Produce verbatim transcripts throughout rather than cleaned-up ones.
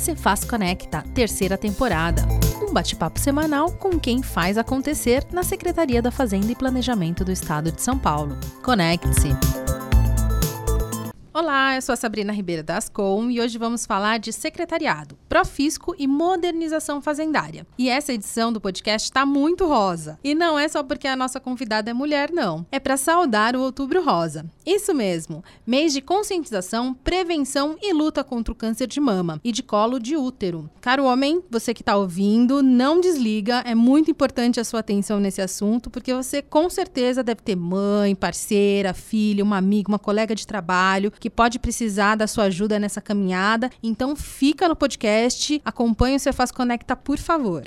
Cefaz Conecta, terceira temporada. Um bate-papo semanal com quem faz acontecer na Secretaria da Fazenda e Planejamento do Estado de São Paulo. Conecte-se! Olá, eu sou a Sabrina Ribeiro da Ascom e hoje vamos falar de secretariado, profisco e modernização fazendária. E essa edição do podcast está muito rosa. E não é só porque a nossa convidada é mulher, não. É para saudar o Outubro Rosa. Isso mesmo, mês de conscientização, prevenção e luta contra o câncer de mama e de colo de útero. Caro homem, você que está ouvindo, não desliga, é muito importante a sua atenção nesse assunto, porque você com certeza deve ter mãe, parceira, filha, uma amiga, uma colega de trabalho que pode precisar da sua ajuda nessa caminhada. Então fica no podcast, acompanhe o Cefaz Conecta, por favor.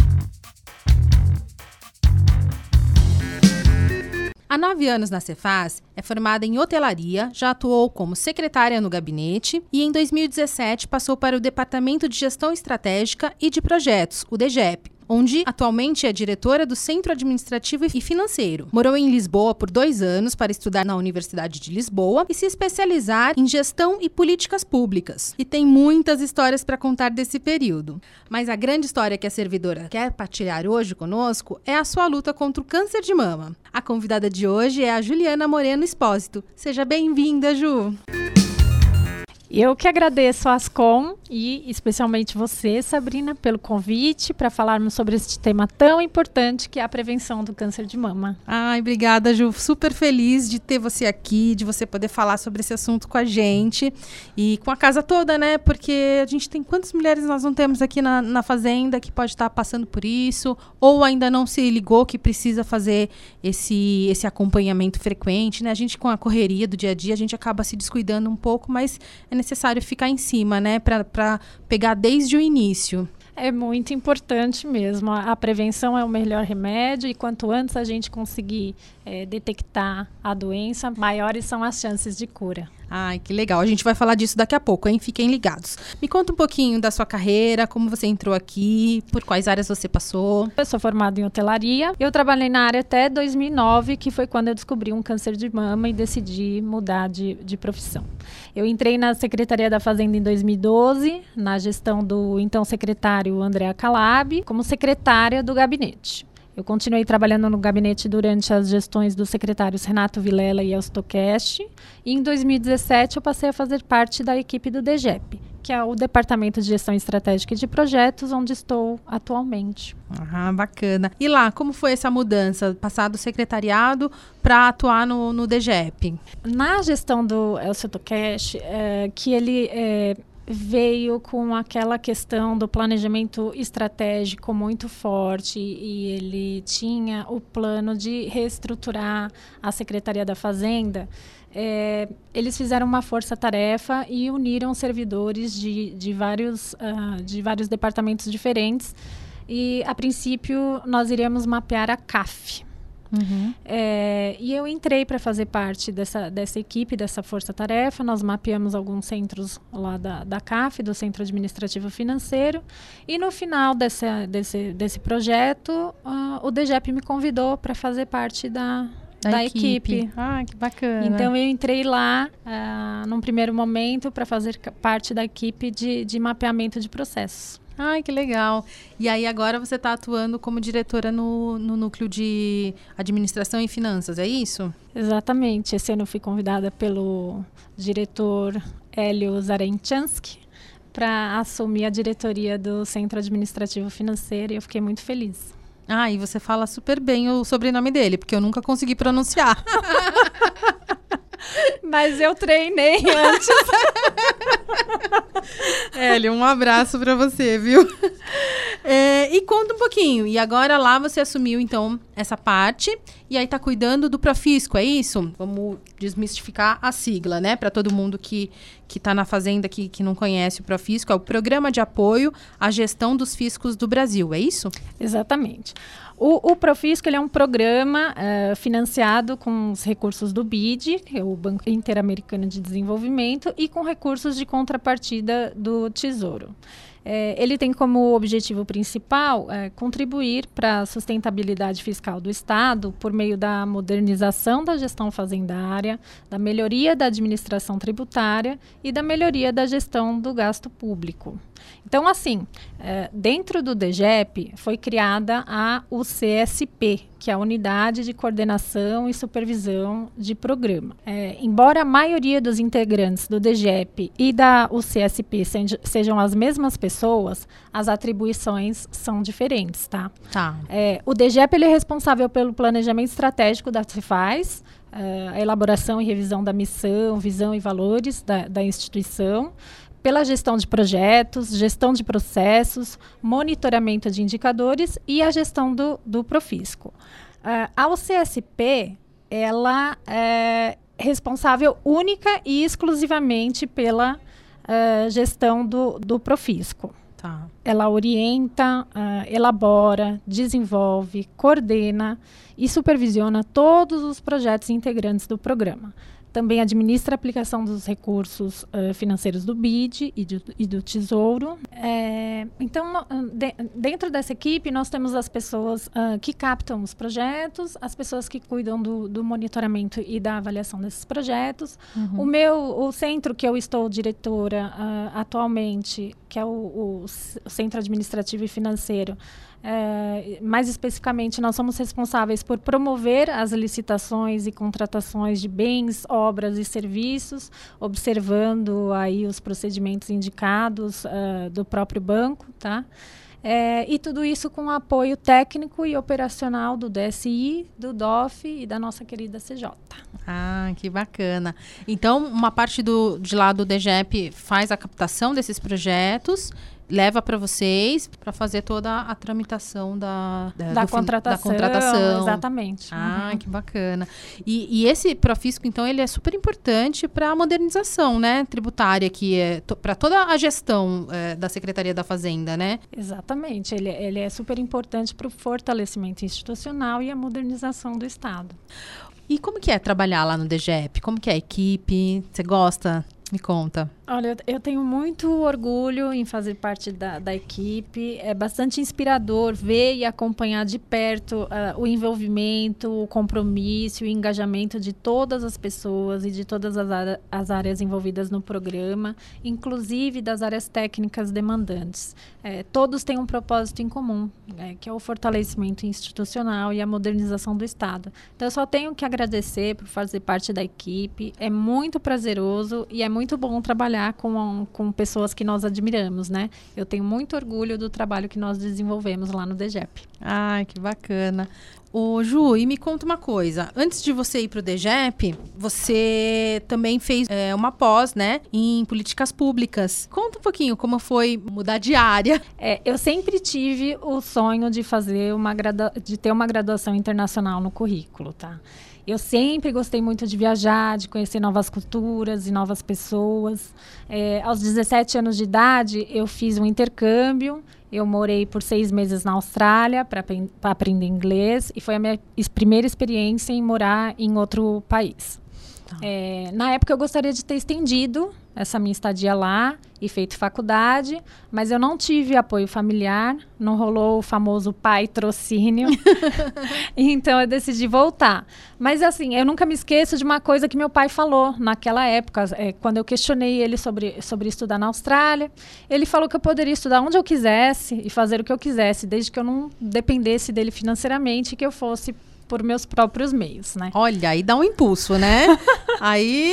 Há nove anos na Cefaz, é formada em hotelaria, já atuou como secretária no gabinete e em dois mil e dezessete passou para o Departamento de Gestão Estratégica e de Projetos, o D G E P, onde atualmente é diretora do Centro Administrativo e Financeiro. Morou em Lisboa por dois anos para estudar na Universidade de Lisboa e se especializar em gestão e políticas públicas. E tem muitas histórias para contar desse período. Mas a grande história que a servidora quer partilhar hoje conosco é a sua luta contra o câncer de mama. A convidada de hoje é a Juliana Moreno Espósito. Seja bem-vinda, Ju! Eu que agradeço a Ascom e especialmente você, Sabrina, pelo convite para falarmos sobre este tema tão importante que é a prevenção do câncer de mama. Ai, obrigada, Ju. Super feliz de ter você aqui, de você poder falar sobre esse assunto com a gente e com a casa toda, né? Porque a gente tem quantas mulheres nós não temos aqui na, na fazenda que pode estar passando por isso ou ainda não se ligou que precisa fazer esse, esse acompanhamento frequente, né? A gente com a correria do dia a dia, a gente acaba se descuidando um pouco, mas é necessário ficar em cima, né, para pegar desde o início. É muito importante mesmo. A, a prevenção é o melhor remédio e quanto antes a gente conseguir é, detectar a doença, maiores são as chances de cura. Ai, que legal. A gente vai falar disso daqui a pouco, hein? Fiquem ligados. Me conta um pouquinho da sua carreira, como você entrou aqui, por quais áreas você passou. Eu sou formada em hotelaria. Eu trabalhei na área até dois mil e nove, que foi quando eu descobri um câncer de mama e decidi mudar de, de profissão. Eu entrei na Secretaria da Fazenda em dois mil e doze, na gestão do então secretário André Calab, como secretária do gabinete. Eu continuei trabalhando no gabinete durante as gestões dos secretários Renato Vilela e Elcio Tocesti. E em dois mil e dezessete eu passei a fazer parte da equipe do D G E P, que é o Departamento de Gestão Estratégica e de Projetos, onde estou atualmente. Ah, bacana. E lá, como foi essa mudança? Passar do secretariado para atuar no, no D G E P? Na gestão do Elcio Tocesti, é, que ele... É, veio com aquela questão do planejamento estratégico muito forte e ele tinha o plano de reestruturar a Secretaria da Fazenda. É, eles fizeram uma força-tarefa e uniram servidores de, de, vários, uh, de vários departamentos diferentes e, a princípio, nós iríamos mapear a C A F. Uhum. É, e eu entrei para fazer parte dessa, dessa equipe, dessa força-tarefa. Nós mapeamos alguns centros lá da, da C A F, do Centro Administrativo Financeiro, e no final desse, desse, desse projeto, uh, o D G E P me convidou para fazer parte da, da, da equipe. equipe. Ah, que bacana. Então eu entrei lá, uh, num primeiro momento, para fazer parte da equipe de, de mapeamento de processos. Ai, que legal. E aí agora você está atuando como diretora no, no núcleo de administração e finanças, é isso? Exatamente. Esse ano eu fui convidada pelo diretor Hélio Zarenchansky para assumir a diretoria do Centro Administrativo Financeiro e eu fiquei muito feliz. Ah, e você fala super bem o sobrenome dele, porque eu nunca consegui pronunciar. Mas eu treinei antes. Hélio, um abraço para você, viu? É, e conta um pouquinho. E agora lá você assumiu, então, essa parte. E aí tá cuidando do Profisco, é isso? Vamos desmistificar a sigla, né? Para todo mundo que, que tá na fazenda, que, que não conhece o Profisco. É o Programa de Apoio à Gestão dos Fiscos do Brasil, é isso? Exatamente. O, o Profisco ele é um programa uh, financiado com os recursos do B I D, que é o Banco Interamericano de Desenvolvimento, e com recursos de contrapartida do Tesouro. É, ele tem como objetivo principal é, contribuir para a sustentabilidade fiscal do Estado por meio da modernização da gestão fazendária, da melhoria da administração tributária e da melhoria da gestão do gasto público. Então, assim, é, dentro do D G E P foi criada a U C S P, que é a Unidade de Coordenação e Supervisão de Programa. É, embora a maioria dos integrantes do D G E P e da U C S P se, sejam as mesmas pessoas, as atribuições são diferentes, tá? Tá. É, o D G E P ele é responsável pelo planejamento estratégico da Cefaz, é, a elaboração e revisão da missão, visão e valores da, da instituição, pela gestão de projetos, gestão de processos, monitoramento de indicadores e a gestão do, do Profisco. Uh, a U C S P, ela é responsável única e exclusivamente pela uh, gestão do, do Profisco. Tá. Ela orienta, uh, elabora, desenvolve, coordena e supervisiona todos os projetos integrantes do programa. Também administra a aplicação dos recursos uh, financeiros do B I D e do, e do Tesouro. É, então, de, dentro dessa equipe, nós temos as pessoas uh, que captam os projetos, as pessoas que cuidam do, do monitoramento e da avaliação desses projetos. Uhum. O meu, o centro que eu estou diretora uh, atualmente, que é o, o, o Centro Administrativo e Financeiro, É, mais especificamente, nós somos responsáveis por promover as licitações e contratações de bens, obras e serviços, observando aí os procedimentos indicados uh, do próprio banco, tá? É, e tudo isso com apoio técnico e operacional do D S I, do D O F e da nossa querida C J. Ah, que bacana. Então, uma parte do, de lá do D G E P faz a captação desses projetos, leva para vocês para fazer toda a tramitação da, da, da, do, contratação, da contratação. Exatamente. Ah, uhum. que bacana. E, e esse Profisco, então, ele é super importante para a modernização, né, tributária, que é para toda a gestão é, da Secretaria da Fazenda, né? Exatamente. Ele, ele é super importante para o fortalecimento institucional e a modernização do Estado. E como que é trabalhar lá no D G E P? Como que é a equipe? Você gosta? Me conta. Olha, eu tenho muito orgulho em fazer parte da, da equipe. É bastante inspirador ver e acompanhar de perto uh, o envolvimento, o compromisso, o engajamento de todas as pessoas e de todas as, área, as áreas envolvidas no programa, inclusive das áreas técnicas demandantes. É, todos têm um propósito em comum, é, que é o fortalecimento institucional e a modernização do Estado. Então, eu só tenho que agradecer por fazer parte da equipe. É muito prazeroso e é muito bom trabalhar com, com pessoas que nós admiramos, né? Eu tenho muito orgulho do trabalho que nós desenvolvemos lá no D G E P. Ai, que bacana. Ô, Ju, e me conta uma coisa. Antes de você ir para o D G E P, você também fez é, uma pós, né, em políticas públicas. Conta um pouquinho como foi mudar de área. É, eu sempre tive o sonho de fazer uma gradua- de ter uma graduação internacional no currículo, tá? Eu sempre gostei muito de viajar, de conhecer novas culturas e novas pessoas. É, aos dezessete anos de idade, eu fiz um intercâmbio. Eu morei por seis meses na Austrália para aprender inglês. E foi a minha es- primeira experiência em morar em outro país. Tá. É, na época, eu gostaria de ter estendido essa minha estadia lá e feito faculdade, mas eu não tive apoio familiar, não rolou o famoso pai-trocínio, então eu decidi voltar. Mas assim, eu nunca me esqueço de uma coisa que meu pai falou naquela época, é, quando eu questionei ele sobre, sobre estudar na Austrália, ele falou que eu poderia estudar onde eu quisesse e fazer o que eu quisesse, desde que eu não dependesse dele financeiramente e que eu fosse por meus próprios meios, né? Olha, aí dá um impulso, né? Aí...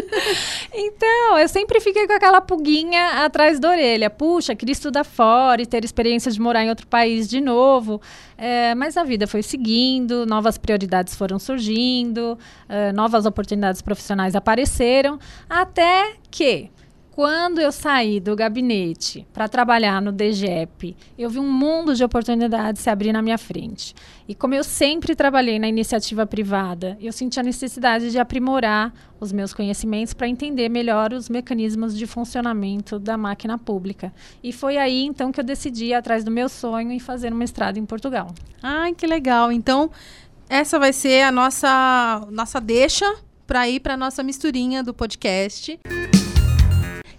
Então, eu sempre fiquei com aquela pulguinha atrás da orelha. Puxa, queria estudar fora e ter experiência de morar em outro país de novo. É, mas a vida foi seguindo, novas prioridades foram surgindo, uh, novas oportunidades profissionais apareceram, até que... Quando eu saí do gabinete para trabalhar no D G E P, eu vi um mundo de oportunidades se abrir na minha frente. E como eu sempre trabalhei na iniciativa privada, eu senti a necessidade de aprimorar os meus conhecimentos para entender melhor os mecanismos de funcionamento da máquina pública. E foi aí, então, que eu decidi ir atrás do meu sonho e fazer um mestrado em Portugal. Ai, que legal. Então, essa vai ser a nossa, nossa deixa para ir para a nossa misturinha do podcast.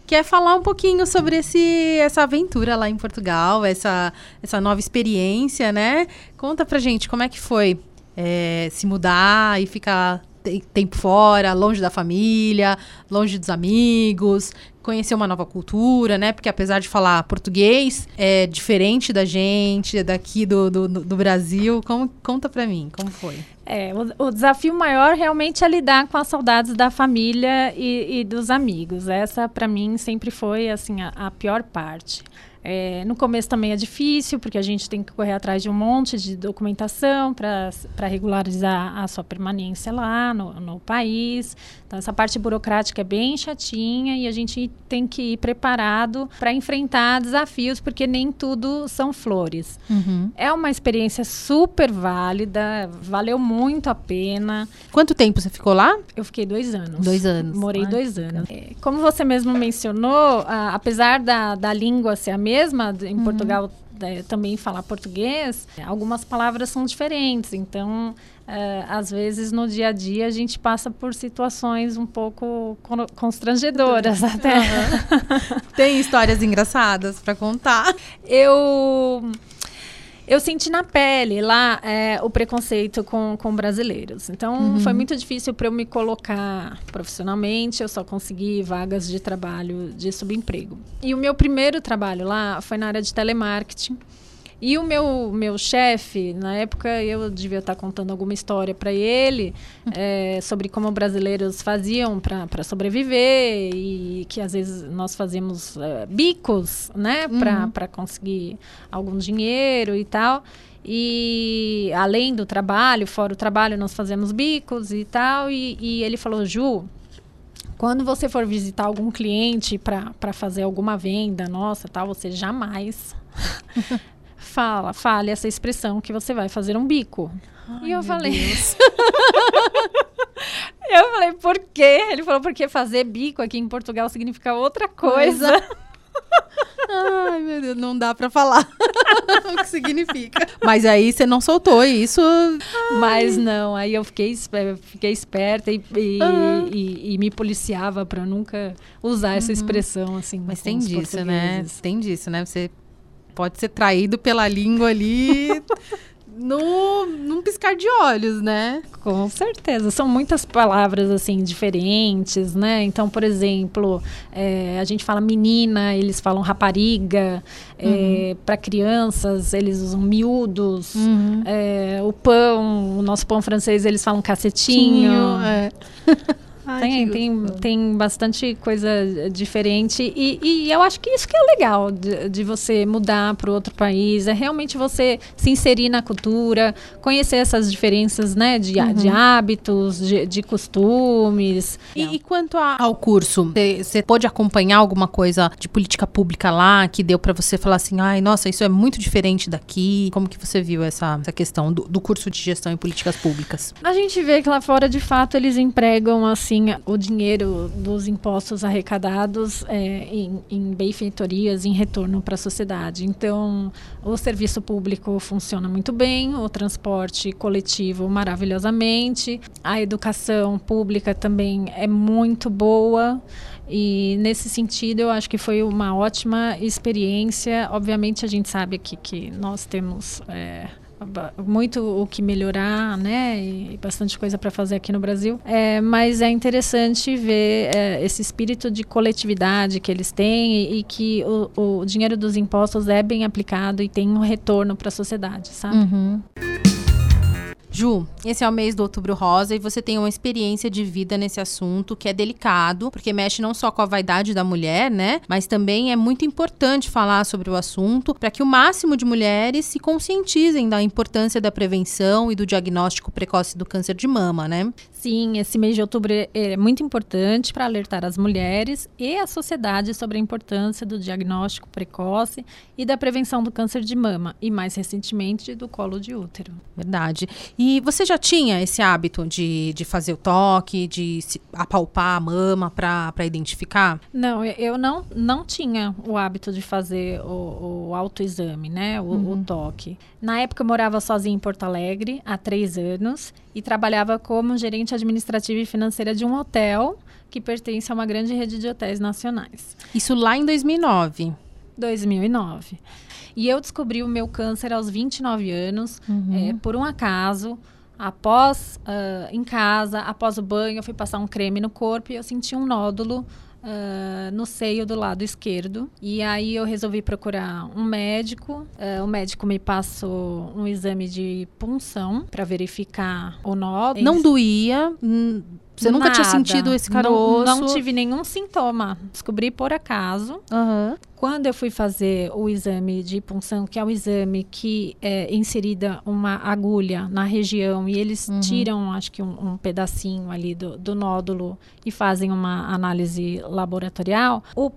quer falar um pouquinho sobre esse, essa aventura lá em Portugal, essa, essa nova experiência, né? Conta pra gente como é que foi é, se mudar e ficar tempo fora, longe da família, longe dos amigos, conhecer uma nova cultura, né? Porque apesar de falar português, é diferente da gente, daqui do, do, do Brasil. Como, conta pra mim, como foi? É, o, o desafio maior realmente é lidar com as saudades da família e, e dos amigos. Essa, pra mim, sempre foi assim, a, a pior parte. É, no começo também é difícil, porque a gente tem que correr atrás de um monte de documentação para regularizar a sua permanência lá no, no país. Então, essa parte burocrática é bem chatinha e a gente tem que ir preparado para enfrentar desafios, porque nem tudo são flores. Uhum. É uma experiência super válida, valeu muito a pena. Quanto tempo você ficou lá? Eu fiquei dois anos. Dois anos. Morei Ai, dois anos. É, como você mesmo mencionou, a, apesar da, da língua ser a mesma, em uhum. Portugal é, também falar português, algumas palavras são diferentes. Então, é, às vezes, no dia a dia, a gente passa por situações um pouco con- constrangedoras até. Uhum. Tem histórias engraçadas para contar? Eu... Eu senti na pele lá é, o preconceito com, com brasileiros. Então, uhum. foi muito difícil para eu me colocar profissionalmente. Eu só consegui vagas de trabalho de subemprego. E o meu primeiro trabalho lá foi na área de telemarketing. E o meu, meu chefe, na época, eu devia estar contando alguma história para ele é, sobre como brasileiros faziam para sobreviver e que, às vezes, nós fazíamos é, bicos, né, uhum. para conseguir algum dinheiro e tal. E, além do trabalho, fora o trabalho, nós fazemos bicos e tal. E, e ele falou, Ju, quando você for visitar algum cliente para fazer alguma venda nossa, tal, você jamais... Fala, fale essa expressão que você vai fazer um bico. Ai, e eu falei... Deus. eu falei, por quê? Ele falou, porque fazer bico aqui em Portugal significa outra coisa. Ai, meu Deus, não dá pra falar o que significa. Mas aí você não soltou isso. Ai. Mas não, aí eu fiquei, fiquei esperta e, e, uhum. e, e me policiava pra nunca usar essa expressão, assim. Mas tem disso, né? Tem disso, né? Você pode ser traído pela língua ali no, num piscar de olhos, né? Com certeza. São muitas palavras, assim, diferentes, né? Então, por exemplo, é, a gente fala menina, eles falam rapariga. Uhum. É, para crianças, eles usam miúdos. Uhum. É, o pão, o nosso pão francês, eles falam cacetinho. Tinho, é. Ai, tem, tem, tem bastante coisa diferente e, e eu acho que isso que é legal de, de você mudar para outro país, é realmente você se inserir na cultura, conhecer essas diferenças, né, de, uhum. de hábitos, de, de costumes. E, e quanto a, ao curso, você pôde acompanhar alguma coisa de política pública lá que deu para você falar assim, ai, nossa, isso é muito diferente daqui? Como que você viu essa, essa questão do, do curso de gestão e políticas públicas? A gente vê que lá fora, de fato, eles empregam, assim, o dinheiro dos impostos arrecadados é, em, em benfeitorias, em retorno para a sociedade. Então, o serviço público funciona muito bem, o transporte coletivo maravilhosamente, a educação pública também é muito boa. E, nesse sentido, eu acho que foi uma ótima experiência. Obviamente, a gente sabe aqui que nós temos... É, muito o que melhorar, né, e bastante coisa para fazer aqui no Brasil, é, mas é interessante ver é, esse espírito de coletividade que eles têm e, e que o, o dinheiro dos impostos é bem aplicado e tem um retorno para a sociedade, sabe? Uhum. Ju, esse é o mês do Outubro Rosa e você tem uma experiência de vida nesse assunto que é delicado, porque mexe não só com a vaidade da mulher, né? Mas também é muito importante falar sobre o assunto para que o máximo de mulheres se conscientizem da importância da prevenção e do diagnóstico precoce do câncer de mama, né? Sim, esse mês de outubro é muito importante para alertar as mulheres e a sociedade sobre a importância do diagnóstico precoce e da prevenção do câncer de mama e, mais recentemente, do colo de útero. Verdade. E você já tinha esse hábito de, de fazer o toque, de se apalpar a mama para identificar? Não, eu não, não tinha o hábito de fazer o, o autoexame, né? O, uhum. o toque. Na época eu morava sozinha em Porto Alegre, há três anos. e trabalhava como gerente administrativa e financeira de um hotel que pertence a uma grande rede de hotéis nacionais. Isso lá em dois mil e nove? dois mil e nove. E eu descobri o meu câncer aos vinte e nove anos, uhum. é, por um acaso. Após, uh, em casa, após o banho, eu fui passar um creme no corpo e eu senti um nódulo Uh, no seio do lado esquerdo. E aí eu resolvi procurar um médico. Uh, o médico me passou um exame de punção para verificar o nódulo. Não doía? Você nunca Nada. tinha sentido esse caroço? Não, não tive nenhum sintoma. Descobri por acaso. Uhum. Quando eu fui fazer o exame de punção, que é o exame que é inserida uma agulha na região e eles uhum. tiram, acho que um, um pedacinho ali do, do nódulo e fazem uma análise laboratorial, o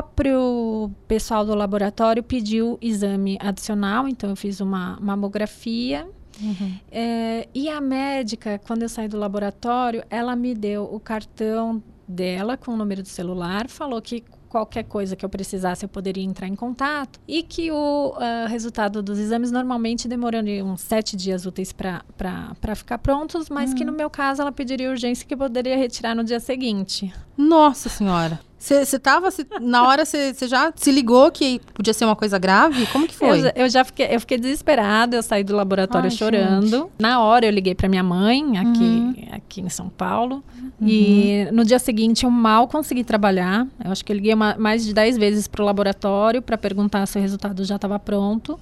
próprio pessoal do laboratório pediu exame adicional, então eu fiz uma mamografia. Uhum. É, e a médica, quando eu saí do laboratório, ela me deu o cartão dela com o número do celular, falou que qualquer coisa que eu precisasse eu poderia entrar em contato e que o uh, resultado dos exames normalmente demoraria uns sete dias úteis para ficar prontos, mas uhum. que no meu caso ela pediria urgência que eu poderia retirar no dia seguinte. Nossa Senhora! Você tava, na hora você já se ligou que podia ser uma coisa grave? Como que foi? Eu, eu já fiquei, eu fiquei desesperada, eu saí do laboratório Ai, chorando. Gente. Na hora eu liguei para minha mãe, aqui, uhum. aqui em São Paulo. Uhum. E no dia seguinte eu mal consegui trabalhar. Eu acho que eu liguei uma, mais de dez vezes para o laboratório para perguntar se o resultado já estava pronto.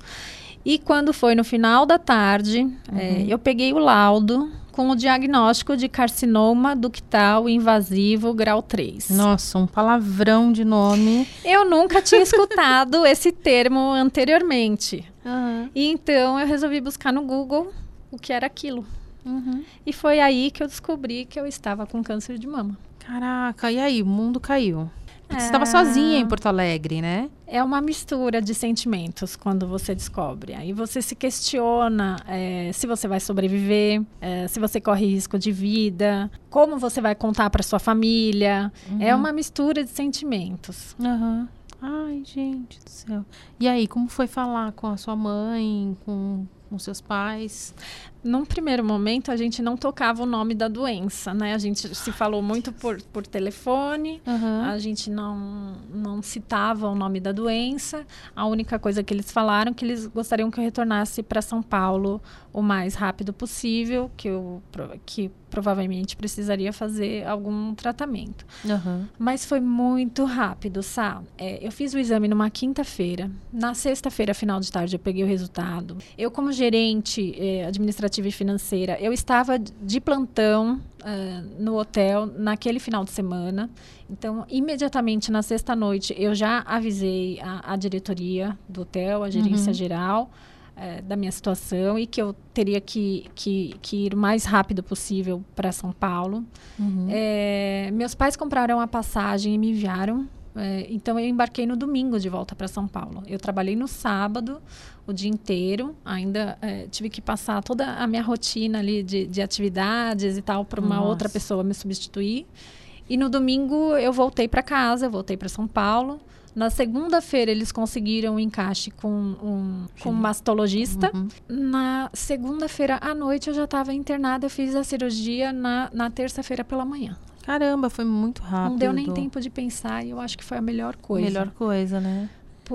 E quando foi no final da tarde, uhum. é, eu peguei o laudo com o diagnóstico de carcinoma ductal invasivo grau três. Nossa, um palavrão de nome. Eu nunca tinha escutado esse termo anteriormente. Uhum. E então eu resolvi buscar no Google o que era aquilo. Uhum. E foi aí que eu descobri que eu estava com câncer de mama. Caraca, e aí? O mundo caiu. Porque é... você estava sozinha em Porto Alegre, né? É uma mistura de sentimentos quando você descobre. Aí você se questiona é, se você vai sobreviver, é, se você corre risco de vida, como você vai contar para sua família. Uhum. É uma mistura de sentimentos. Uhum. Ai, gente do céu. E aí, como foi falar com a sua mãe, com... com seus pais? Num primeiro momento, a gente não tocava o nome da doença, né? A gente se falou muito por, por telefone, uhum. a gente não, não citava o nome da doença. A única coisa que eles falaram é que eles gostariam que eu retornasse para São Paulo o mais rápido possível, que eu que provavelmente precisaria fazer algum tratamento. Uhum. Mas foi muito rápido, sabe? É, eu fiz o exame numa quinta-feira. Na sexta-feira, final de tarde, eu peguei o resultado. Eu, como gerente eh, administrativa e financeira, eu estava de plantão uh, no hotel naquele final de semana. Então, imediatamente na sexta-noite, eu já avisei a, a diretoria do hotel, a gerência uhum. geral, uh, da minha situação e que eu teria que, que, que ir o mais rápido possível para São Paulo. Uhum. É, meus pais compraram a passagem e me enviaram. É, então, eu embarquei no domingo de volta para São Paulo. Eu trabalhei no sábado, o dia inteiro. Ainda é, tive que passar toda a minha rotina ali de, de atividades e tal para uma Nossa. outra pessoa me substituir. E no domingo, eu voltei para casa, eu voltei para São Paulo. Na segunda-feira, eles conseguiram um encaixe com um, com um mastologista. Uhum. Na segunda-feira à noite, eu já estava internada. Eu fiz a cirurgia na, na terça-feira pela manhã. Caramba, foi muito rápido. Não deu nem tempo de pensar e eu acho que foi a melhor coisa. Melhor coisa, né?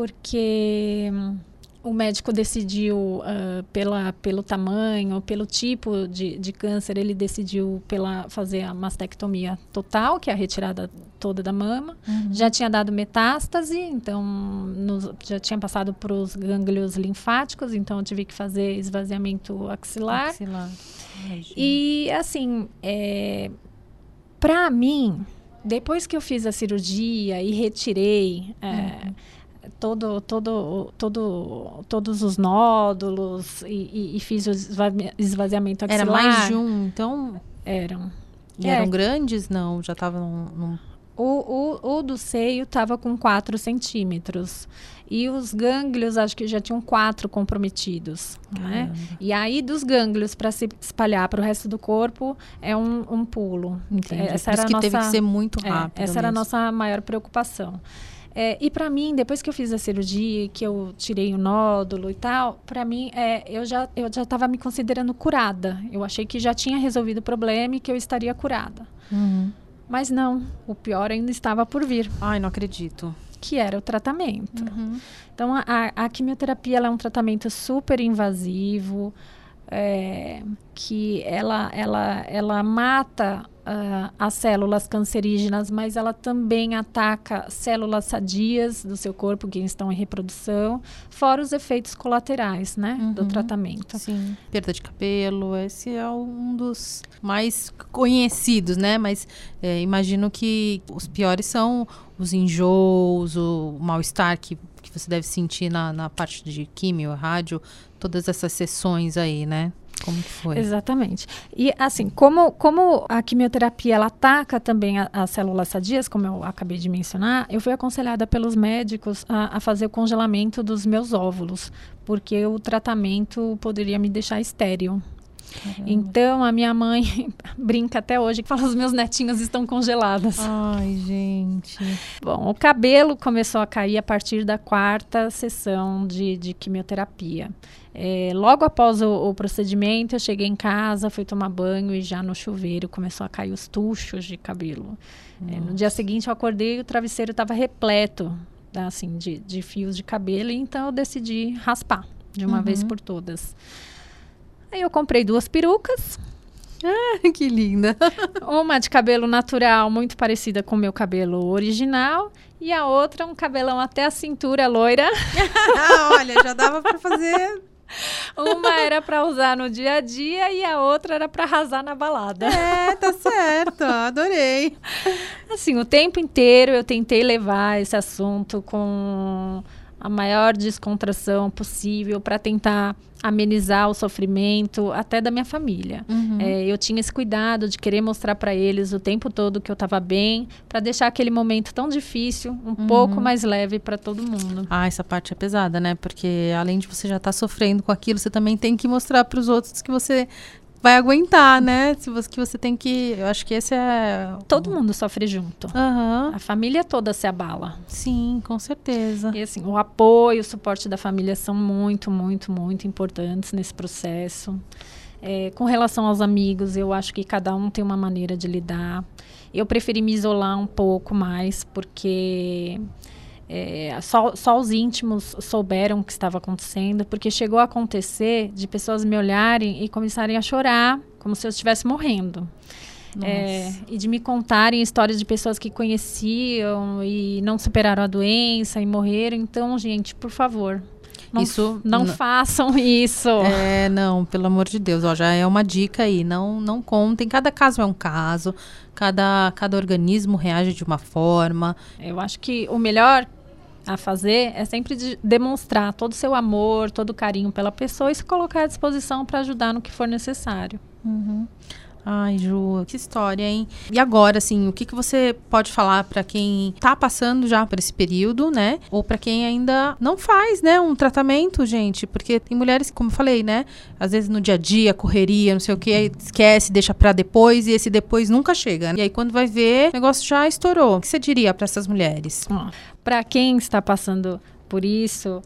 Porque hum, o médico decidiu uh, pela, pelo tamanho, pelo tipo de, de câncer, ele decidiu pela fazer a mastectomia total, que é a retirada toda da mama. Uhum. Já tinha dado metástase, então nos, já tinha passado para os gânglios linfáticos, então eu tive que fazer esvaziamento axilar. Axilar. Ai, e assim, é... para mim, depois que eu fiz a cirurgia e retirei é, uhum. todo, todo, todo, todos os nódulos e, e, e fiz o esvaziamento axilar... Era mais de um, então? Eram. E é. Eram grandes? Não, já estavam num... num... O, o, o do seio estava com quatro centímetros. E os gânglios, acho que já tinham quatro comprometidos. Né? E aí, dos gânglios para se espalhar para o resto do corpo, é um, um pulo. Entendi. Essa Por era isso que nossa, teve que ser muito rápido. É, essa mesmo. era a nossa maior preocupação. É, e para mim, depois que eu fiz a cirurgia, que eu tirei o nódulo e tal, para mim, é, eu já eu já estava me considerando curada. Eu achei que já tinha resolvido o problema e que eu estaria curada. Uhum. Mas não, o pior ainda estava por vir. Ai, não acredito. Que era o tratamento. Uhum. Então, a, a quimioterapia ela é um tratamento super invasivo, é, que ela, ela, ela mata uh, as células cancerígenas, mas ela também ataca células sadias do seu corpo, que estão em reprodução, fora os efeitos colaterais, né, Uhum. do tratamento. Sim. Perda de cabelo, esse é um dos mais conhecidos, né? Mas é, imagino que os piores são os enjoos, o mal-estar que, que você deve sentir na, na parte de químio, rádio, todas essas sessões aí, né? Como que foi? Exatamente. E assim, como, como a quimioterapia ela ataca também a- as células sadias, como eu acabei de mencionar, eu fui aconselhada pelos médicos a, a fazer o congelamento dos meus óvulos, porque o tratamento poderia me deixar estéril. Caramba. Então, a minha mãe brinca até hoje, que fala, os meus netinhos estão congelados. Ai, gente. Bom, o cabelo começou a cair a partir da quarta sessão de, de quimioterapia. É, logo após o, o procedimento, eu cheguei em casa, fui tomar banho e já no chuveiro começou a cair os tuchos de cabelo. É, no dia seguinte, eu acordei e o travesseiro estava repleto, assim, de, de fios de cabelo, então eu decidi raspar de uma Uhum. vez por todas. Aí eu comprei duas perucas, Que linda. uma de cabelo natural, muito parecida com o meu cabelo original, e a outra um cabelão até a cintura loira. Olha, já dava pra fazer. Uma era para usar no dia a dia e a outra era para arrasar na balada. É, tá certo. Adorei. Assim, o tempo inteiro eu tentei levar esse assunto com a maior descontração possível para tentar amenizar o sofrimento até da minha família. Uhum. É, eu tinha esse cuidado de querer mostrar para eles o tempo todo que eu estava bem, para deixar aquele momento tão difícil um Uhum. pouco mais leve para todo mundo. Ah, essa parte é pesada, né? Porque além de você já estar sofrendo com aquilo, você também tem que mostrar para os outros que você vai aguentar, né? Se você, que você tem que... Eu acho que esse é... Todo mundo sofre junto. Aham. A família toda se abala. Sim, com certeza. E assim, o apoio, o suporte da família são muito, muito, muito importantes nesse processo. É, com relação aos amigos, eu acho que cada um tem uma maneira de lidar. Eu preferi me isolar um pouco mais, porque é, só, só os íntimos souberam o que estava acontecendo, porque chegou a acontecer de pessoas me olharem e começarem a chorar, como se eu estivesse morrendo. É, e de me contarem histórias de pessoas que conheciam e não superaram a doença e morreram. Então, gente, por favor, não, Isso não n- façam isso. É, não, pelo amor de Deus, ó, já é uma dica aí, não, não contem, cada caso é um caso, cada, cada organismo reage de uma forma. Eu acho que o melhor a fazer é sempre de demonstrar todo o seu amor, todo o carinho pela pessoa e se colocar à disposição para ajudar no que for necessário. Uhum. Ai, Ju, que história, hein? E agora, assim, o que, que você pode falar para quem tá passando já por esse período, né? Ou para quem ainda não faz, né, um tratamento, gente? Porque tem mulheres, como eu falei, né? Às vezes no dia a dia, correria, não sei o quê, esquece, deixa para depois e esse depois nunca chega. E aí quando vai ver, o negócio já estourou. O que você diria para essas mulheres? Para quem está passando por isso,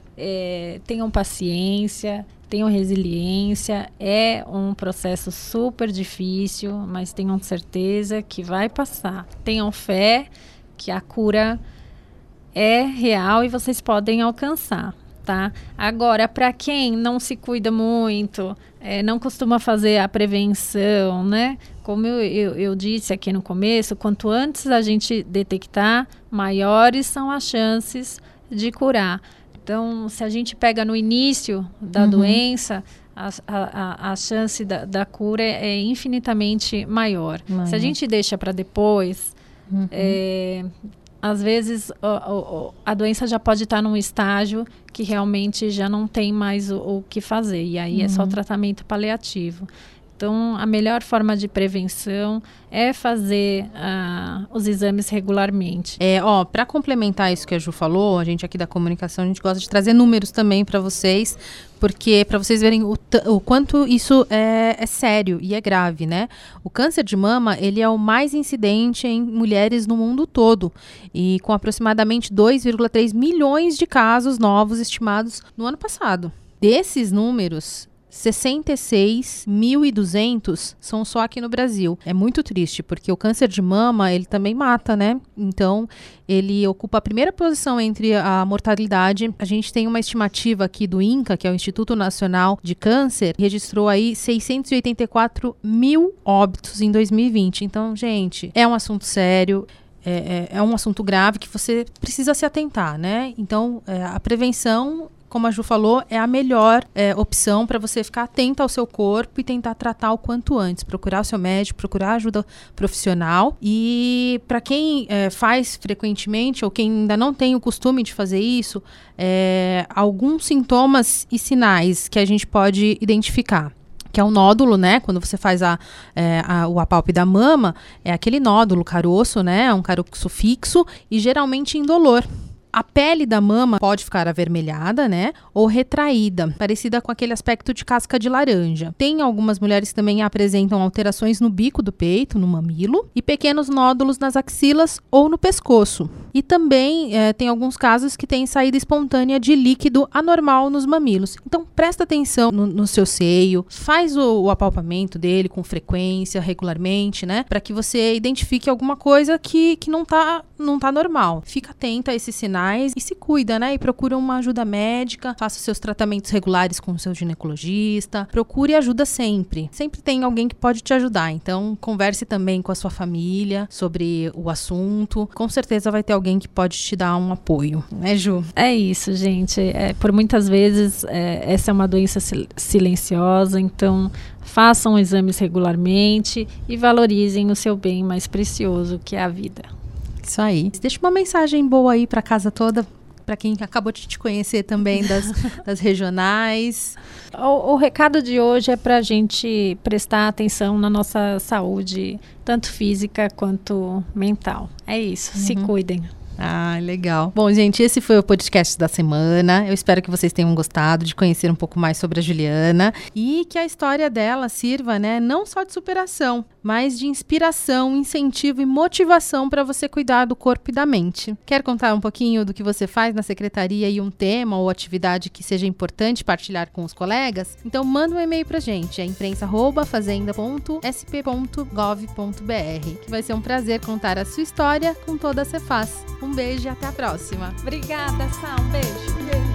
é, tenham paciência, tenham resiliência. É um processo super difícil, mas tenham certeza que vai passar. Tenham fé que a cura é real e vocês podem alcançar, tá? Agora, para quem não se cuida muito, é, não costuma fazer a prevenção, né? Como eu, eu, eu disse aqui no começo, quanto antes a gente detectar, maiores são as chances de curar. Então, se a gente pega no início da Uhum. doença, a, a, a chance da, da cura é infinitamente maior. Maior. Se a gente deixa para depois, Uhum. é, às vezes o, o, a doença já pode estar num estágio que realmente já não tem mais o, o que fazer. E aí é só Uhum. tratamento paliativo. Então, a melhor forma de prevenção é fazer uh, os exames regularmente. É, ó, para complementar isso que a Ju falou, a gente aqui da comunicação, a gente gosta de trazer números também para vocês, porque para vocês verem o, o quanto isso é, é sério e é grave, né? O câncer de mama, ele é o mais incidente em mulheres no mundo todo, e com aproximadamente dois vírgula três milhões de casos novos estimados no ano passado. Desses números, sessenta e seis mil e duzentos são só aqui no Brasil. É muito triste, porque o câncer de mama, ele também mata, né? Então, ele ocupa a primeira posição entre a mortalidade. A gente tem uma estimativa aqui do INCA, que é o Instituto Nacional de Câncer, que registrou aí seiscentos e oitenta e quatro mil óbitos em dois mil e vinte. Então, gente, é um assunto sério. É, é, é um assunto grave que você precisa se atentar, né? Então, é, a prevenção, como a Ju falou, é a melhor é, opção para você ficar atenta ao seu corpo e tentar tratar o quanto antes. Procurar o seu médico, procurar ajuda profissional. E para quem é, faz frequentemente ou quem ainda não tem o costume de fazer isso, é, alguns sintomas e sinais que a gente pode identificar. Que é o nódulo, né? Quando você faz a, é, a, o apalpe da mama, é aquele nódulo caroço, né? Um caroço fixo e geralmente indolor. A pele da mama pode ficar avermelhada, né? Ou retraída, parecida com aquele aspecto de casca de laranja. Tem algumas mulheres que também apresentam alterações no bico do peito, no mamilo, e pequenos nódulos nas axilas ou no pescoço. E também é, tem alguns casos que tem saída espontânea de líquido anormal nos mamilos. Então, presta atenção no, no seu seio, faz o, o apalpamento dele com frequência, regularmente, né? Para que você identifique alguma coisa que, que não tá, não tá normal. Fica atenta a esses sinais e se cuida, né? E procura uma ajuda médica, faça os seus tratamentos regulares com o seu ginecologista, procure ajuda sempre. Sempre tem alguém que pode te ajudar, então converse também com a sua família sobre o assunto. Com certeza vai ter alguém que pode te dar um apoio, né, Ju? É isso, gente. É, por muitas vezes, é, essa é uma doença sil- silenciosa, então façam exames regularmente e valorizem o seu bem mais precioso, que é a vida. Isso aí. Deixa uma mensagem boa aí para casa toda, para quem acabou de te conhecer também das, das regionais. O, o recado de hoje é para a gente prestar atenção na nossa saúde, tanto física quanto mental. É isso, uhum. Se cuidem. Ah, legal. Bom, gente, esse foi o podcast da semana. Eu espero que vocês tenham gostado de conhecer um pouco mais sobre a Juliana e que a história dela sirva, né, não só de superação, mas de inspiração, incentivo e motivação para você cuidar do corpo e da mente. Quer contar um pouquinho do que você faz na secretaria e um tema ou atividade que seja importante partilhar com os colegas? Então manda um e-mail pra gente, é imprensa arroba fazenda ponto s p ponto gov ponto b r, que vai ser um prazer contar a sua história com toda a Cefaz. Um beijo e até a próxima. Obrigada, Sá. Um beijo. Beijo.